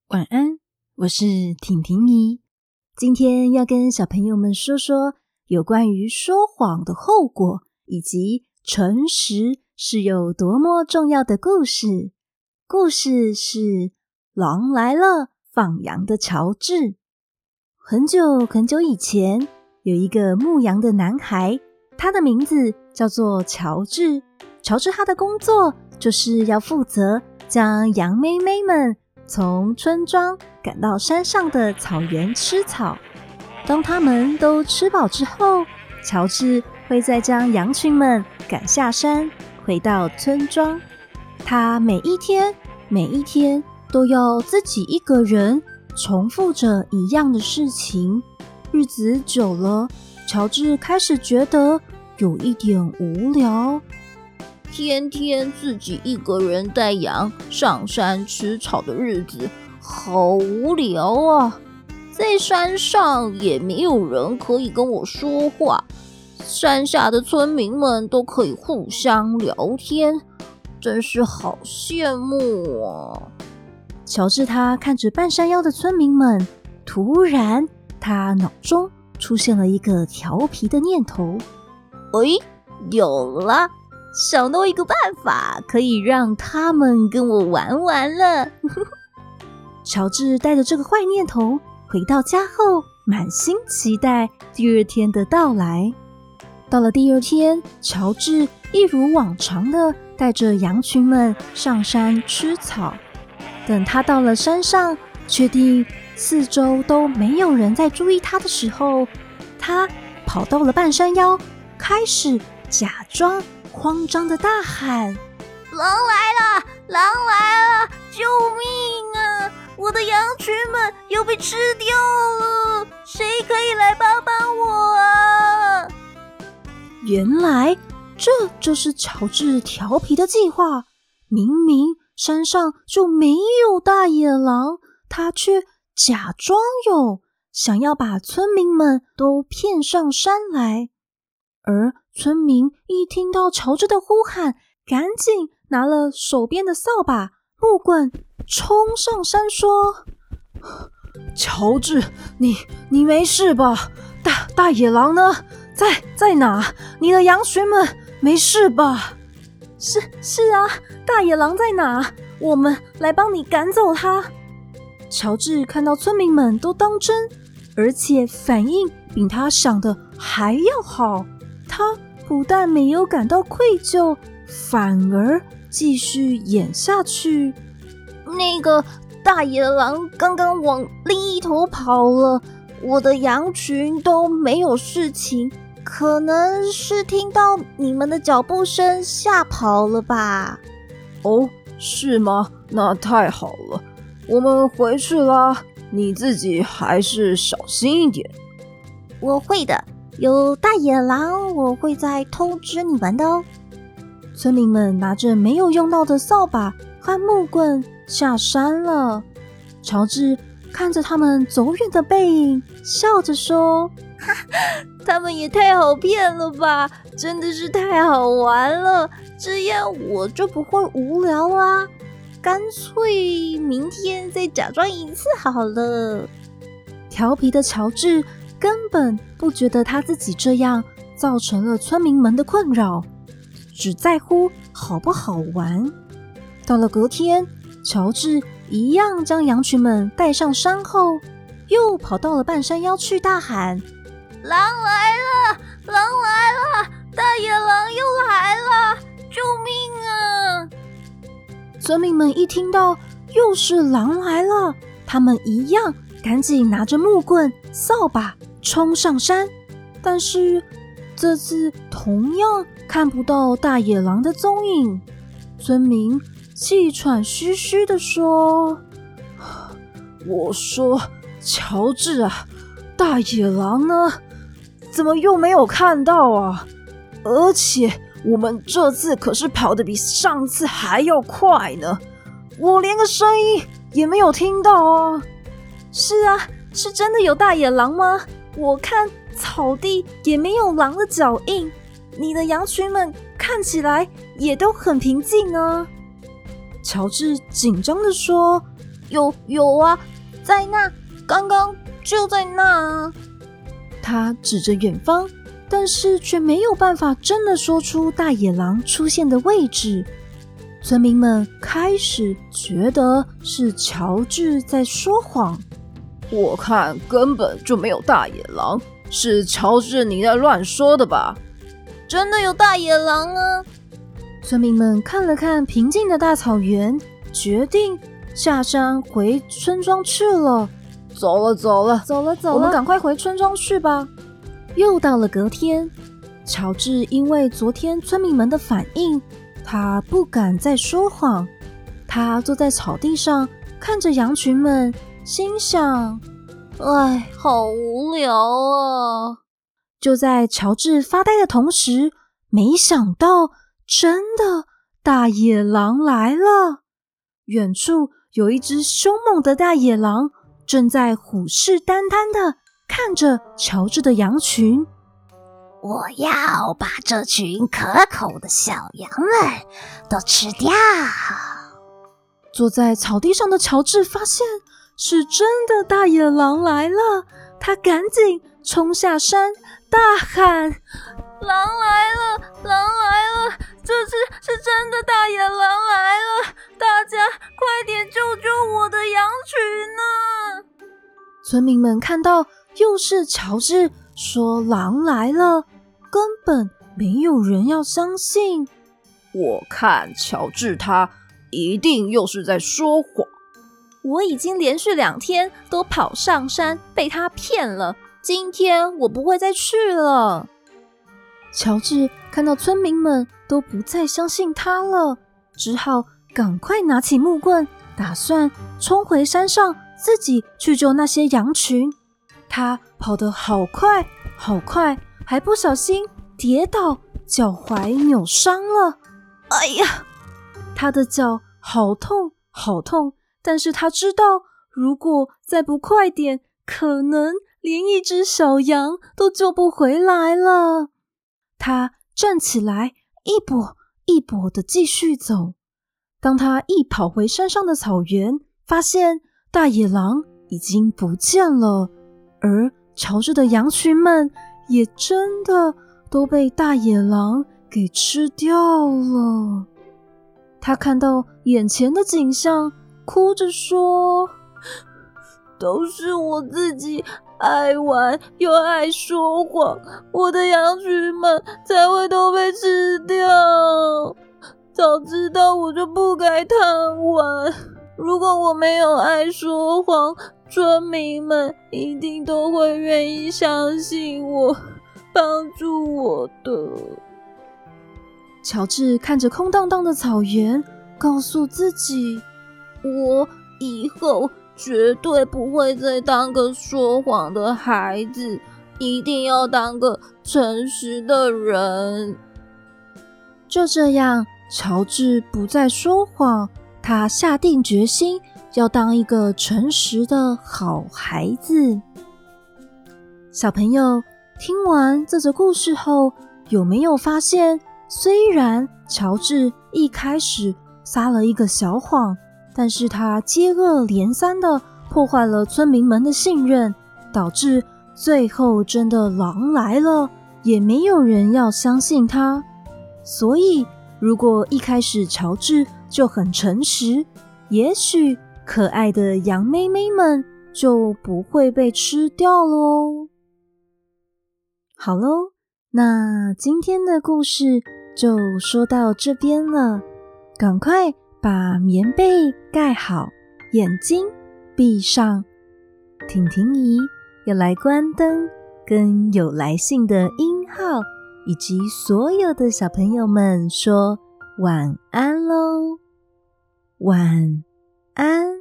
晚安，我是婷婷姨。今天要跟小朋友们说说有关于说谎的后果，以及诚实是有多么重要的故事。故事是狼来了放羊的乔治。很久很久以前，有一个牧羊的男孩，他的名字叫做乔治。乔治他的工作就是要负责将羊妹妹们从村庄赶到山上的草原吃草。当他们都吃饱之后，乔治会再将羊群们赶下山，回到村庄。他每一天都要自己一个人重复着一样的事情。日子久了，乔治开始觉得有一点无聊。 天天自己一个人带羊上山吃草的日子好无聊啊！在山上也没有人可以跟我说话，山下的村民们都可以互相聊天，真是好羡慕啊！ 乔治他看着半山腰的村民们，突然他脑中出现了一个调皮的念头。 有了！想到一个办法，可以让他们跟我玩玩了。 乔治带着这个坏念头回到家后，满心期待第二天的到来。到了第二天，乔治一如往常的带着羊群们上山吃草。等他到了山上，确定四周都没有人在注意他的时候，他跑到了半山腰，开始假装慌张的大喊： 狼来了！狼来了！救命啊！我的羊群们又被吃掉了，谁可以来帮帮我啊？ 原来这就是乔治调皮的计划。明明山上就没有大野狼，他却假装有，想要把村民们都骗上山来。而村民一听到乔治的呼喊，赶紧拿了手边的扫把、木棍，冲上山说：乔治，你没事吧？大野狼呢？在哪？你的羊群们没事吧？是啊，大野狼在哪？我们来帮你赶走他。乔治看到村民们都当真，而且反应比他想的还要好。他不但没有感到愧疚，反而继续演下去。 那个大野狼刚刚往另一头跑了，我的羊群都没有事情，可能是听到你们的脚步声吓跑了吧？ 哦，是吗？那太好了，我们回去啦，你自己还是小心一点。 我会的。有大野狼，我会再通知你们的哦。 村民们拿着没有用到的扫把和木棍下山了。乔治看着他们走远的背影，笑着说： 他们也太好骗了吧，真的是太好玩了，这样我就不会无聊啦。干脆明天再假装一次好了。 调皮的乔治根本不觉得他自己这样造成了村民们的困扰，只在乎好不好玩。到了隔天，乔治一样将羊群们带上山后，又跑到了半山腰去大喊： 狼来了！狼来了！大野狼又来了！救命啊！ 村民们一听到又是狼来了，他们一样赶紧拿着木棍、扫把冲上山，但是这次同样看不到大野狼的踪影。村民气喘吁吁地说： 我说乔治啊，大野狼呢？怎么又没有看到啊？而且我们这次可是跑得比上次还要快呢，我连个声音也没有听到啊。 是啊，是真的有大野狼吗？我看草地也没有狼的脚印，你的羊群们看起来也都很平静啊。乔治紧张地说： 有啊，在那，刚刚就在那啊。 他指着远方，但是却没有办法真的说出大野狼出现的位置。村民们开始觉得是乔治在说谎。 我看根本就没有大野狼，是乔治你在乱说的吧？ 真的有大野狼啊！ 村民们看了看平静的大草原，决定下山回村庄去了。 走了， 我们赶快回村庄去吧。又到了隔天，乔治因为昨天村民们的反应，他不敢再说谎。他坐在草地上，看着羊群们，心想： 哎，好无聊啊！ 就在乔治发呆的同时，没想到真的大野狼来了。远处有一只凶猛的大野狼，正在虎视眈眈地看着乔治的羊群。 我要把这群可口的小羊们都吃掉。 坐在草地上的乔治发现是真的大野狼来了，他赶紧冲下山，大喊： 狼来了，狼来了！这次是真的大野狼来了！大家快点救救我的羊群啊！ 村民们看到又是乔治说狼来了，根本没有人要相信。 我看乔治他一定又是在说谎。 我已经连续2天都跑上山，被他骗了。今天我不会再去了。乔治看到村民们都不再相信他了，只好赶快拿起木棍，打算冲回山上，自己去救那些羊群。他跑得好快好快，还不小心跌倒，脚踝扭伤了。哎呀，他的脚好痛好痛，但是他知道，如果再不快点，可能连一只小羊都救不回来了。他站起来，一跛一跛地继续走。当他一跑回山上的草原，发现大野狼已经不见了，而乔治的羊群们也真的都被大野狼给吃掉了。他看到眼前的景象，哭着说： 都是我自己爱玩又爱说谎，我的羊群们才会都被吃掉。早知道我就不该贪玩。如果我没有爱说谎，村民们一定都会愿意相信我，帮助我的。 乔治看着空荡荡的草原，告诉自己： 我以后绝对不会再当个说谎的孩子，一定要当个诚实的人。 就这样，乔治不再说谎，他下定决心要当一个诚实的好孩子。小朋友，听完这则故事后，有没有发现，虽然乔治一开始撒了一个小谎，但是他接二连三的破坏了村民们的信任，导致最后真的狼来了，也没有人要相信他。所以如果一开始乔治就很诚实，也许可爱的羊妹妹们就不会被吃掉咯。好咯，那今天的故事就说到这边了，赶快把棉被盖好，眼睛闭上。婷婷姨要来关灯，跟有来信的英浩以及所有的小朋友们说晚安咯，晚安。